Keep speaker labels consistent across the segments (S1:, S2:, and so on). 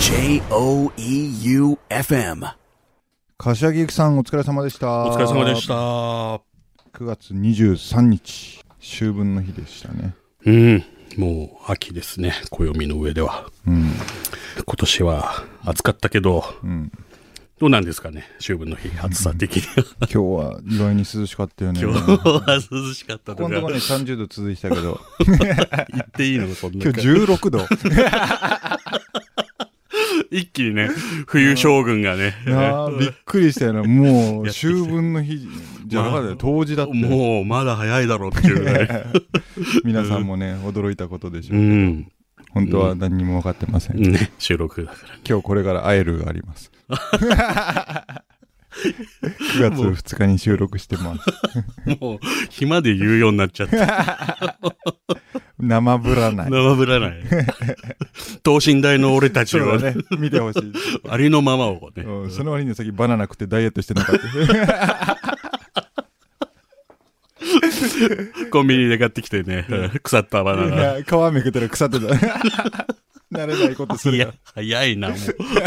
S1: J-O-E-U-F-M
S2: 柏木由紀さんお疲れ様でした。
S3: お疲れ様でした。
S2: 9月23日秋分の日でしたね。
S3: もう秋ですね、暦の上では。
S2: 今
S3: 年は暑かったけど、どうなんですかね、秋分の日、暑さ的には。
S2: 今日は意外に涼しかったよね。
S3: 今日は涼しかったとか。
S2: このところね30度続いてたけど
S3: 言っていいのそんな。
S2: 今日16度
S3: 一気にね、冬将軍がね。
S2: びっくりしたよね。もう秋分の日じゃなかったよ、冬至だって。
S3: もうまだ早いだろうっていうぐらい。
S2: 皆さんもね、驚いたことでしょうけど、本当は何にも分かってません、
S3: ね、収録だから、ね、
S2: 今日これから会えるがあります9月2日に収録してます
S3: もう暇で言うようになっちゃった
S2: 生ぶらない
S3: 等身大の俺たちを
S2: ね見てほしい
S3: ありのままをね、
S2: その割にさっきバナナ食ってダイエットしてなかった
S3: コンビニで買ってきてね、腐ったバナナ。
S2: 皮めくったら腐ってた。慣れないことするよ。
S3: 早いな、もう。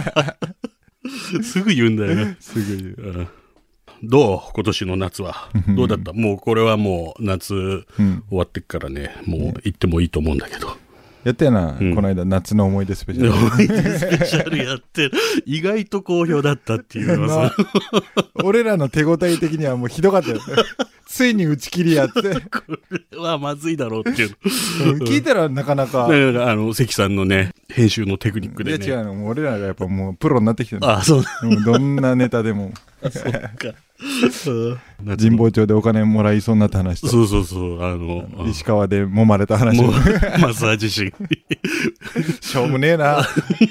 S3: すぐ言うんだよね。
S2: すぐ言う。
S3: どう今年の夏は。どうだったもうこれはもう夏終わってっからね、もう行ってもいいと思うんだけど。
S2: やったよな、この間夏の思い出スペシャル。
S3: 思い出スペシャルやって意外と好評だったっていうのはさ、
S2: 俺らの手応え的にはもうひどかったよ。ついに打ち切りやって。こ
S3: れはまずいだろうっていう
S2: 聞いたらなかなか。
S3: 関さんのね、編集のテクニックでね。
S2: いや違うの、もう俺らがやっぱもうプロになってきてる。
S3: あ、そう。
S2: どんなネタでも。
S3: そっか。
S2: 神保町でお金もらいそうになった話と。
S3: そう。
S2: 石川で揉まれた話も。
S3: マッサージ師。
S2: しょうもねえな。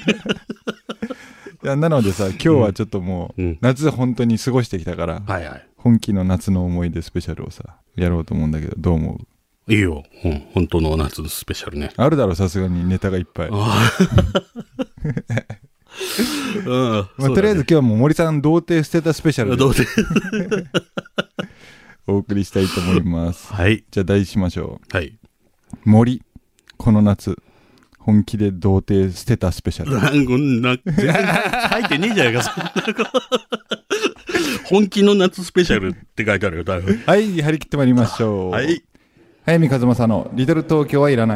S2: いやなのでさ、今日はちょっともう、夏本当に過ごしてきたから、本気の夏の思い出スペシャルをさ、やろうと思うんだけど、どう思う？
S3: いいよ、本当の夏のスペシャルね。
S2: あるだろ、さすがにネタがいっぱい。とりあえず今日はもう森さん童貞捨てたスペシャルでお送りしたいと思います。
S3: はい。
S2: じゃあ題しましょ
S3: う。はい。
S2: 森、この夏本気で童貞捨てたスペシャル。
S3: 全然書いてねえじゃないかそんな本気の夏スペシャルって書いてあるよ。
S2: はい、張り切ってまいりましょう。
S3: はい。
S2: 早見和正のリトル東京はいらない。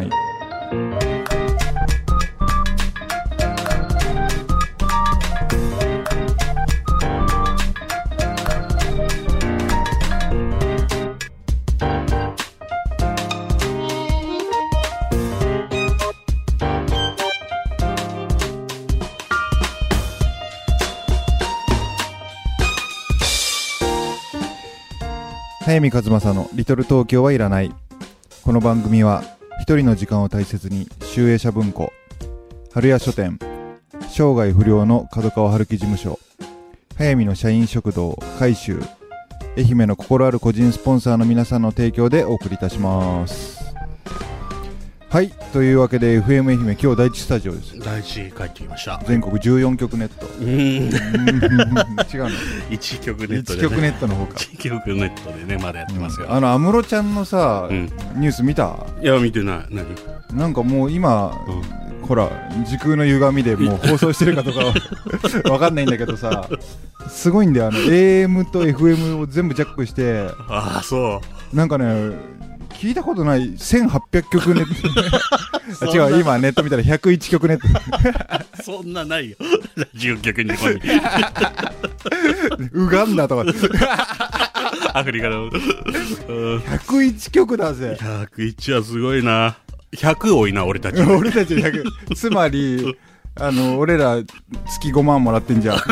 S2: 早見和正のリトル東京はいらない。この番組は一人の時間を大切に集英社文庫、春屋書店、生涯不良の角川春樹事務所、早見の社員食堂改修、愛媛の心ある個人スポンサーの皆さんの提供でお送りいたします。はい、というわけで FM 愛媛今日第一スタジオです。
S3: 第一帰ってきました。
S2: 全国14局ネット。違うの
S3: 1局ネットで、
S2: 1局ネットの方か。
S3: 1局ネットでねまだやってますよ。
S2: 安室ちゃんのさ、ニュース見た？
S3: いや見てない。何？
S2: なんかもう今、ほら時空の歪みでもう放送してるかとかわかんないんだけどさ、すごいんだよ。AM と FM を全部ジャックして。
S3: ああそう。
S2: なんかね、聞いたことない1800曲ネット違う、今ネット見たら101曲ネット
S3: そんなないよラジオ局にここに
S2: ウガンダとか
S3: アフリカの
S2: 101曲だぜ。
S3: 101はすごいな。100多いな俺たち
S2: 俺たち100つまり俺ら月5万もらってんじゃん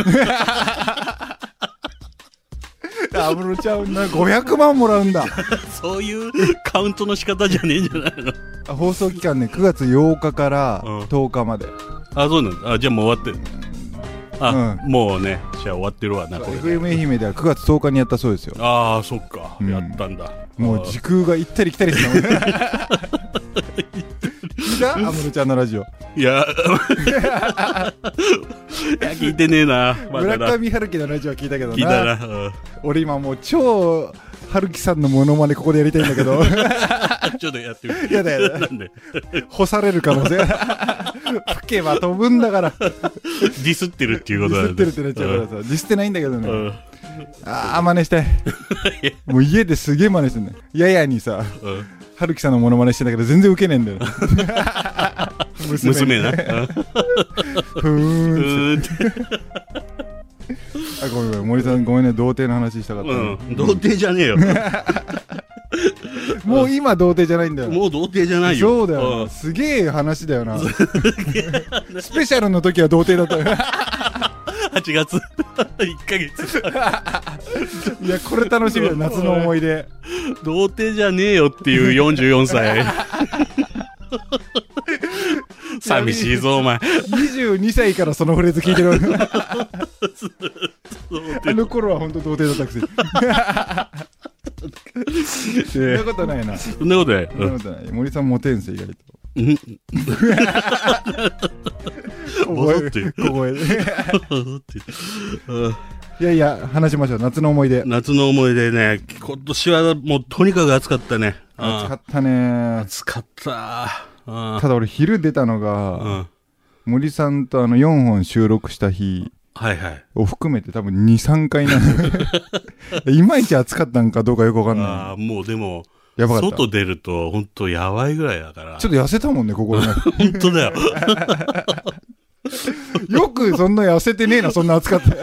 S2: 安室ちゃんな500万もらうんだ
S3: そういうカウントの仕方じゃねえんじゃないの。
S2: 放送期間ね、9月8日から10日まで。
S3: あ、そうなんだ。あ、じゃあもう終わってる。もうね、じゃあ終わってるわな。
S2: FM 愛媛では9月10日にやったそうですよ。
S3: ああ、そっか、やったんだ。
S2: もう時空が行ったり来たりしたもんね聞いた？安室ちゃんのラジオ。
S3: いや聞いてねえな。
S2: 村上春樹のラジオは聞いたけどな。
S3: 聞いたな。
S2: 俺今もう超春樹さんのモノマネここでやりたいんだけど
S3: ちょっとやってみて。
S2: やだやだ。
S3: なんで
S2: 干される可能性吹けば飛ぶんだから。
S3: ディスってるっていうことだね。
S2: ディスってるってなっちゃうからさ、ディスってないんだけどね。
S3: うん、
S2: あー真似したい。もう家ですげえ真似してんね。ややにさ、春樹さんのモノマネしてんだけど全然ウケねえんだよ。
S3: 娘な。
S2: ふーんって。あ、ごめん森さんごめんね、童貞の話したかった、
S3: ね。童貞じゃねえよ。
S2: もう今童貞じゃないんだよ。
S3: もう童貞じゃないよ。
S2: そうだよ。すげえ話だよな。スペシャルの時は童貞だったよ。
S3: 8月1ヶ月。
S2: いやこれ楽しみだよ、夏の思い出。
S3: 童貞じゃねえよっていう44歳。寂しいぞお前。
S2: 22歳からそのフレーズ聞いてる。あの頃は本当童貞だったくせ。そんなことないな。
S3: そんなことない。
S2: そんなことない。森さんモテんす意外と。小声で。いやいや話しましょう。夏の思い出。
S3: 夏の思い出ね。今年はもうとにかく暑かったね。
S2: 暑かったね。
S3: 暑かった。
S2: ただ俺昼出たのが、森さんと4本収録した日を含めて多分 2,3 回なんでいまいち暑かったんかどうかよくわかんない。
S3: もうでも
S2: やばかった。
S3: 外出ると本当やばいぐらいだから。
S2: ちょっと痩せたもんね心が。
S3: 本当だよ。
S2: よくそんな痩せてねえな、そんな暑かった。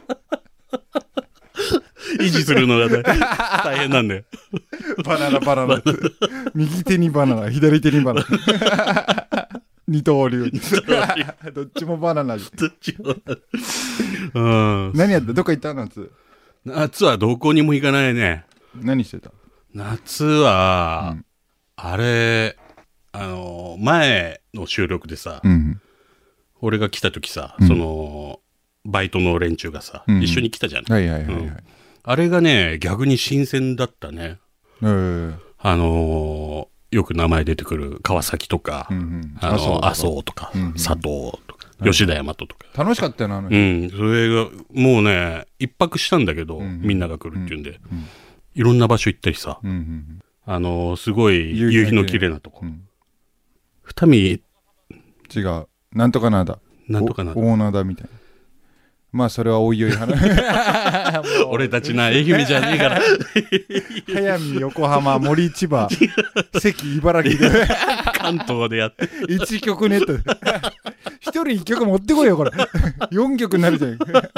S3: 維持するのが大変なんだよ。
S2: バナナ右手にバナナ左手にバナナ。二刀流。どっちもバナナ。どっちも。何やった？どっか行った？
S3: 夏はどこにも行かないね。
S2: 何してた？
S3: 夏は、あれ前の収録でさ、俺が来た時さ、そのバイトの連中がさ、一緒に来たじゃん。あれがね逆に新鮮だったね。よく名前出てくる川崎とか、麻生とか、佐藤とか、吉田大和とか。
S2: 楽しかったよな、
S3: それがもうね一泊したんだけど、みんなが来るっていうんで、いろんな場所行ったりさ、すごい夕日の綺麗なとこ。二見
S2: 違う、なんとかなだ、
S3: なんとかなだ、
S2: 大灘みたいな。まあそれはおいおい話。
S3: 俺たちな愛媛じゃねえから。
S2: 早見、横浜、森、千葉、関、茨城で
S3: 関東でやって
S2: 1曲ねと。一人1曲持ってこいよこれ。4曲になるじゃん。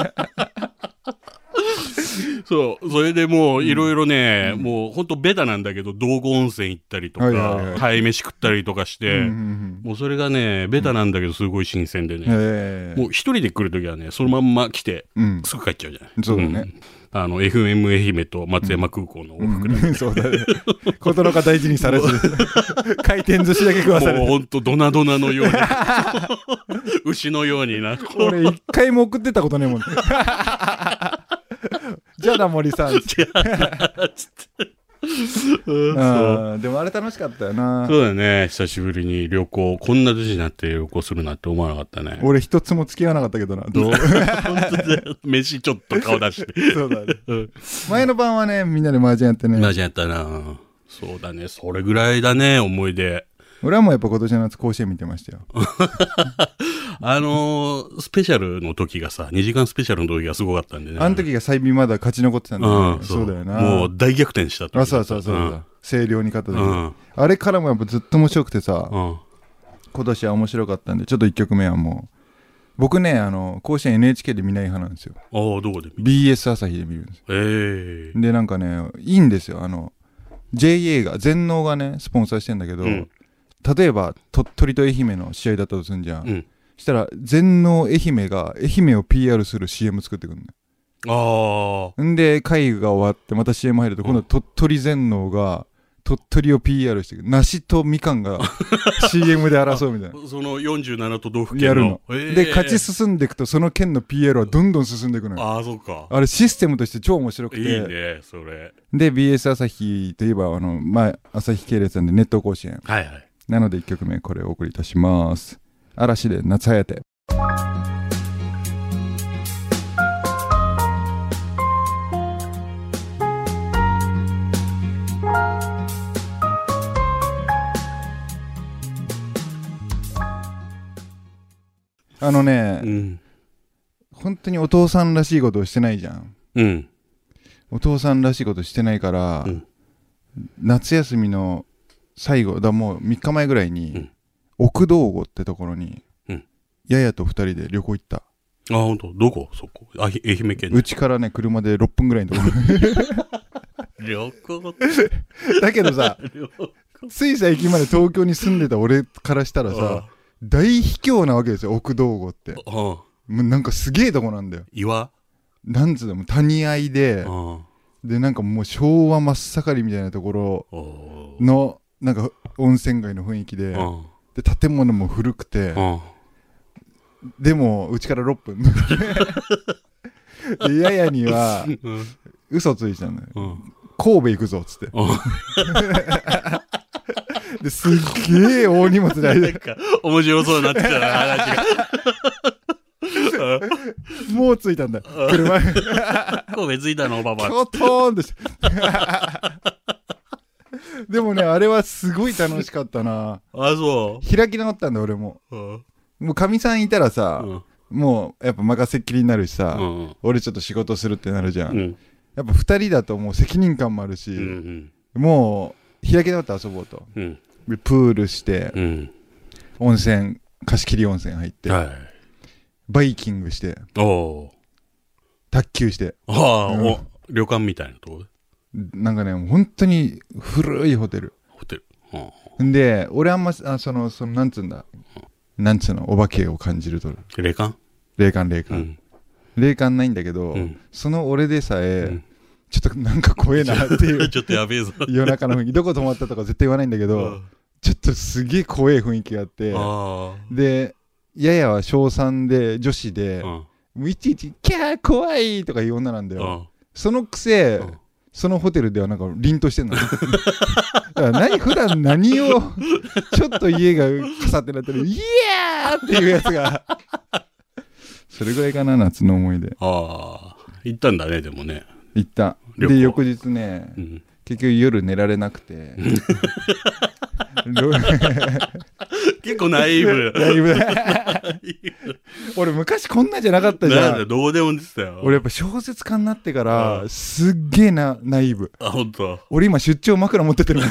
S3: そうそれでもういろいろね、もうほんとベタなんだけど道後温泉行ったりとか、鯛飯食ったりとかして、もうそれがねベタなんだけどすごい新鮮でね、もう一人で来るときはねそのまんま来て、すぐ帰っちゃうじゃない。
S2: そうだね。
S3: FM 愛媛と松山空港の往復で、
S2: そうだね。ことのか大事にされず回転寿司だけ食わされて、
S3: もうほんとドナドナのように牛のようにな。
S2: 俺一回も送ってたことねえもん。じゃあな森さん。でもあれ楽しかったよな。
S3: そうだね、久しぶりに旅行、こんな年になって旅行するなんて思わなかったね。
S2: 俺一つも付き合わなかったけどな。どう？
S3: 本当だよ。飯ちょっと顔出して。
S2: そうだね。前の晩はねみんなで麻雀やってね。
S3: 麻雀やったな。そうだね、それぐらいだね思い出。
S2: 俺はもうやっぱ今年の夏甲子園見てましたよ。
S3: スペシャルの時がさ、2時間スペシャルの時がすごかったんでね。
S2: あの時が最尾まだ勝ち残ってたんだよね。そうだよな。
S3: もう大逆転したと。
S2: そう星稜に勝った時、あれからもやっぱずっと面白くてさ、今年は面白かったんで、ちょっと1曲目はもう僕ね甲子園 NHK で見ない派なんですよ。
S3: どこで見る？
S2: BS 朝日で見るんです
S3: よ。
S2: でなんかねいいんですよ。JA が全農がねスポンサーしてんだけど、例えば鳥取と愛媛の試合だったとするんじゃん、したら全農愛媛が愛媛を PR する CM 作ってくるの。んで会議が終わってまた CM 入ると、今度鳥取全農が鳥取を PR してくる。梨とみかんが CM で争うみたいな。
S3: その47都道府県の
S2: やるの、で勝ち進んでいくとその県の PR はどんどん進んでいくのよ。
S3: そうか。
S2: あれシステムとして超面白くてい
S3: いねそれ
S2: で BS 朝日といえば朝日系列なんで熱湯甲子園、なので1曲目これをお送りいたします。嵐で夏はやて。 あのね、
S3: うん、
S2: 本当にお父さんらしいことをしてないじゃん。
S3: うん、
S2: お父さんらしいことしてないから、
S3: うん、
S2: 夏休みの最後だ、もう3日前ぐらいに、
S3: うん、
S2: 奥道後ってところに、
S3: うん、
S2: ややと2人で旅行行った。
S3: あ、本当。どこ？そこ。愛媛県。
S2: うちからね、車で6分ぐらいのところ。
S3: 旅行
S2: だけどさ、つい最近まで東京に住んでた俺からしたらさ、大秘境なわけですよ、奥道後って。もうなんかすげえとこなんだよ。
S3: 岩
S2: なんつうの、谷合で、で、なんかもう昭和真っ盛りみたいなところの、なんか温泉街の雰囲気で、で、建物も古くて、でも、うちから6分。で、ややには、嘘ついてたんだよ。神戸行くぞ、っつって。で、すっげえ大荷物で。
S3: なんか、面白そうになってきたな、話が。
S2: もう着いたんだ。車。
S3: 神戸着いたの、パパ。
S2: キョトーンとして。でもね、あれはすごい楽しかったな。
S3: あ、そう。
S2: 開き直ったんだ、俺も。もうかみさんいたらさ、もうやっぱ任せっきりになるしさ、俺ちょっと仕事するってなるじゃん。やっぱ2人だともう責任感もあるし、もう開き直って遊ぼうと。でプールして、温泉、貸し切り温泉入って、バイキングして、卓球して。
S3: 旅館みたいなとこ
S2: なんかね、本当に古いホテル。んで、俺あんま、その、なんつうんだ。なんつうの、お化けを感じると。
S3: 霊感。
S2: 霊感ないんだけど、その俺でさえ、ちょっとなんか怖えなっていう。
S3: ちょっとやべえぞ。
S2: 夜中の雰囲気、どこ泊まったとか絶対言わないんだけど、ちょっとすげえ怖え雰囲気があって、で、ややは小3で女子で、いちいち、キャー怖いとか言う女なんだよ。そのくせ、そのホテルではなんか凛としてんの。だから普段何をちょっと家が傘ってなってる、イエーっていうやつがそれぐらいかな、夏の思い出。
S3: 行ったんだね、でもね。
S2: 行った。で、翌日ね、結局夜寝られなくて
S3: 結構ナイーブ。
S2: 俺昔こんなじゃなかったじゃん。
S3: どうでも出てたよ。
S2: 俺やっぱ小説家になってからすっげえナイーブ。
S3: あ、本当。
S2: 俺今出張枕持ってってるもん。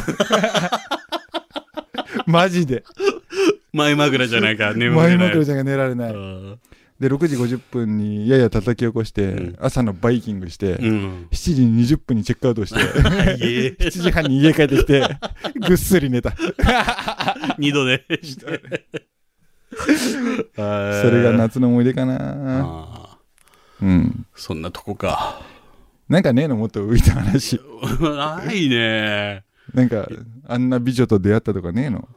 S2: マジで。
S3: 前枕じゃないか、
S2: 前枕じゃ寝られない。で6時50分にやや叩き起こして、朝のバイキングして、7時20分にチェックアウトして7時半に家帰ってきてぐっすり寝た。
S3: 2度でして
S2: それが夏の思い出かな。
S3: そんなとこか。
S2: なんかねえの、もっと浮いた話。
S3: ないね。
S2: なんかあんな美女と出会ったとかねえの。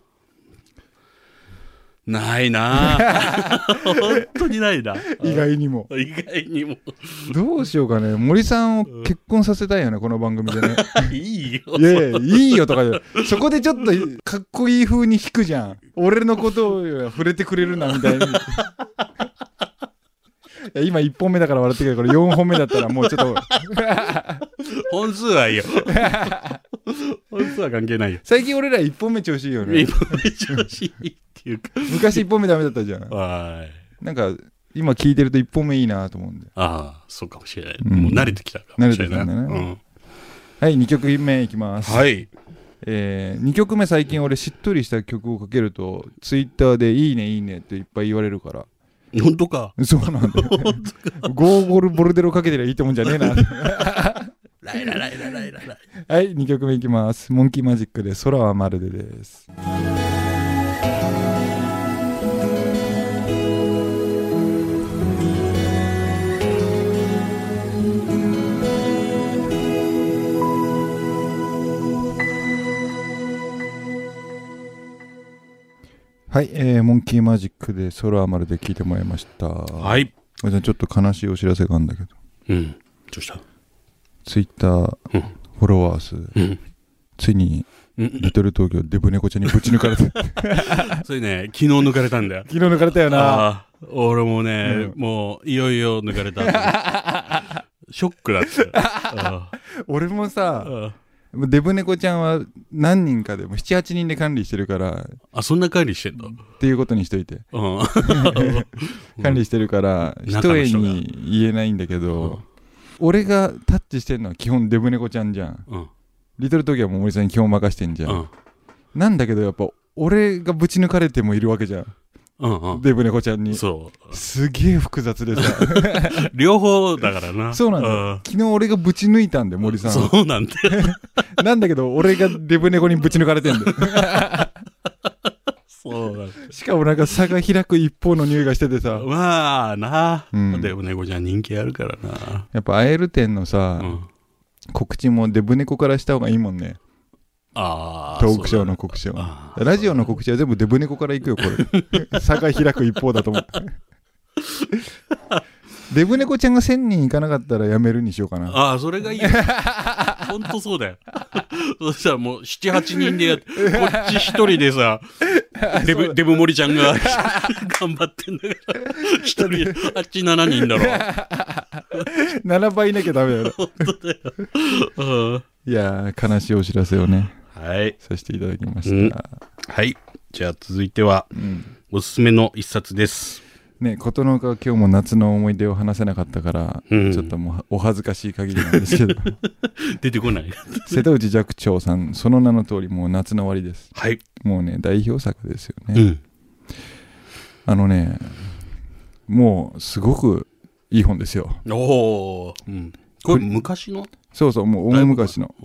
S3: ないな。本当にないな。
S2: 意外にも。どうしようかね。森さんを結婚させたいよね、この番組でね。
S3: いいよ。
S2: いいよとかで。そこでちょっとかっこいい風に弾くじゃん。俺のことを触れてくれるなみたいに。今1本目だから笑ってるけど、これ4本目だったらもうちょっと
S3: 本数はいいよ。本数は関係ないよ。
S2: 最近俺ら1本目調子いいよね。
S3: 1本目調子いいっていうか、
S2: 昔1本目ダメだったじゃん。なんか今聞いてると1本目いいなと思うんで。
S3: そうかもしれない。もう慣れてきたかもしれない。
S2: 慣れてきたんだね。はい、2曲目いきます。
S3: はい。
S2: 2曲目、最近俺しっとりした曲をかけるとツイッターでいいねいいねっていっぱい言われるから。
S3: 本当か。
S2: そうなんだよ。ゴーゴルボルデロかけてりゃいいと思うんじゃねえな。
S3: ライラライラライラライ。
S2: はい、2曲目いきます。モンキーマジックで空はまるでです。はい、モンキーマジックで空はまるで聞いてもらいました。
S3: はい。
S2: ちょっと悲しいお知らせがあるんだけど。
S3: どうした
S2: ツイッター、フォロワー数、ついに、リトル東京デブ猫ちゃんにぶち抜かれた。
S3: それね、昨日抜かれたんだよ。
S2: 昨日抜かれたよな。
S3: 俺もね、もういよいよ抜かれた。ショックだった。
S2: 俺もさ、 デブ猫ちゃんは何人かでも7、8人で管理してるから。
S3: あ、そんな管理してんの
S2: っていうことにしといて。
S3: うん、
S2: 管理してるから、一重に言えないんだけど、俺がタッチしてるのは基本デブ猫ちゃんじゃん。リトルトーキョーはもう森さんに基本任してんじゃん。なんだけどやっぱ俺がぶち抜かれてもいるわけじゃん。デブ猫ちゃんに。
S3: そう。
S2: すげえ複雑でさ。
S3: 両方だからな。
S2: そうなんだ。昨日俺がぶち抜いたんで、森さん。
S3: そうなんだ。
S2: なんだけど、俺がデブ猫にぶち抜かれてんだよ。
S3: そうなんだ。
S2: しかもなんか差が開く一方の匂いがしててさ。
S3: まあな、デブ猫ちゃん人気あるからな。
S2: やっぱアエル店のさ、告知もデブ猫からした方がいいもんね。トークショーの告知は。ラジオの告知は全部デブ猫から行くよ、これ。差が開く一方だと思う。デブ猫ちゃんが1000人行かなかったらやめるにしようかな。
S3: ああ、それがいいよ。ほんとそうだよ。そしたらもう7、8人でやって、こっち1人でさ、デブ森ちゃんが頑張ってんだから、1人、8、7人だろ。
S2: 7倍いなきゃダメだよ。
S3: ほんとだよ。
S2: いやー、悲しいお知らせをね。
S3: はい。
S2: させていただきました。
S3: はい。じゃあ続いては、おすすめの一冊です。
S2: ね、琴ノ岡は今日も夏の思い出を話せなかったから、ちょっともうお恥ずかしい限りなんですけど。
S3: 出てこない。
S2: 瀬戸内寂聴さん、その名の通りもう夏の終わりです。
S3: はい。
S2: もうね、代表作ですよね。あのね、もうすごくいい本ですよ。
S3: おー。これ昔の？
S2: そうそう、もう大昔の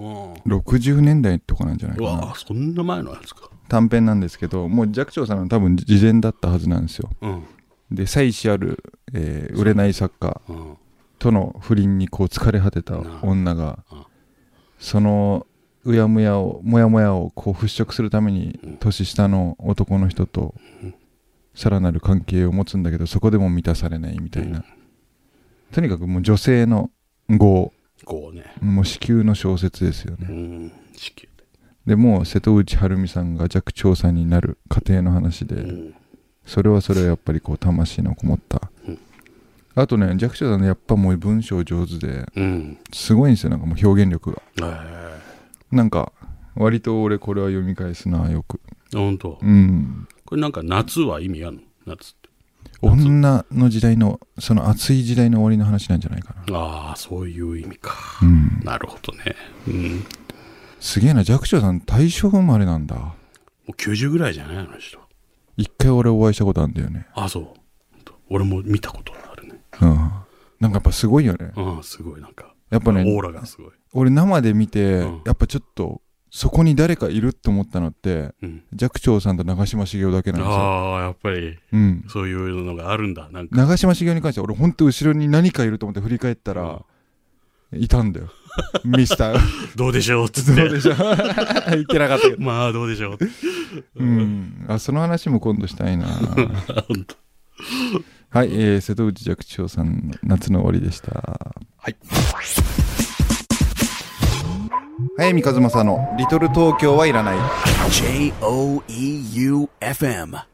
S2: 60年代とかなんじゃないかな。
S3: うわ、そんな前のやつか。
S2: 短編なんですけど、もう寂聴さんは多分事前だったはずなんですよ。で、妻子ある、売れない作家との不倫にこう疲れ果てた女が、そのうやむやをもやもやをこう払拭するために年下の男の人とさらなる関係を持つんだけど、そこでも満たされないみたいな、とにかくもう女性の業ね、もう子宮の小説ですよね。子宮でもう瀬戸内晴美さんが寂聴さんになる過程の話で、それはやっぱりこう魂のこもった、あとね、寂聴さんね、やっぱもう文章上手で、すごいんですよ。なんかもう表現力が、なんか割と俺これは読み返すな、よく。
S3: 本当。これなんか夏は意味あるの？夏って
S2: 女の時代の、その熱い時代の終わりの話なんじゃないかな。
S3: ああ、そういう意味か。なるほどね。
S2: すげえな、寂聴さん大正生まれなんだ。も
S3: う90ぐらいじゃない、あの人。
S2: 一回俺お会いしたことあるんだよね。
S3: あ、そう。俺も見たことあるね。
S2: なんかやっぱすごいよね。
S3: すごい、なんか。
S2: やっぱね、
S3: オーラがすごい。
S2: 俺生で見て、やっぱちょっとそこに誰かいるって思ったのって、寂聴さんと長嶋茂雄だけなんですよ。
S3: ああ、やっぱり、そういうのがあるんだ。なんか
S2: 長嶋茂雄に関しては俺本当後ろに何かいると思って振り返ったら、いたんだよ。ミスター。
S3: どうでしょうっつって。
S2: どうでしょう。言ってなかったけど。
S3: まあどうでしょう。
S2: その話も今度したいな。はい、瀬戸内寂聴さんの夏の終わりでした。
S3: はい。
S2: 早見和正のリトル東京はいらない。
S1: JOEUFM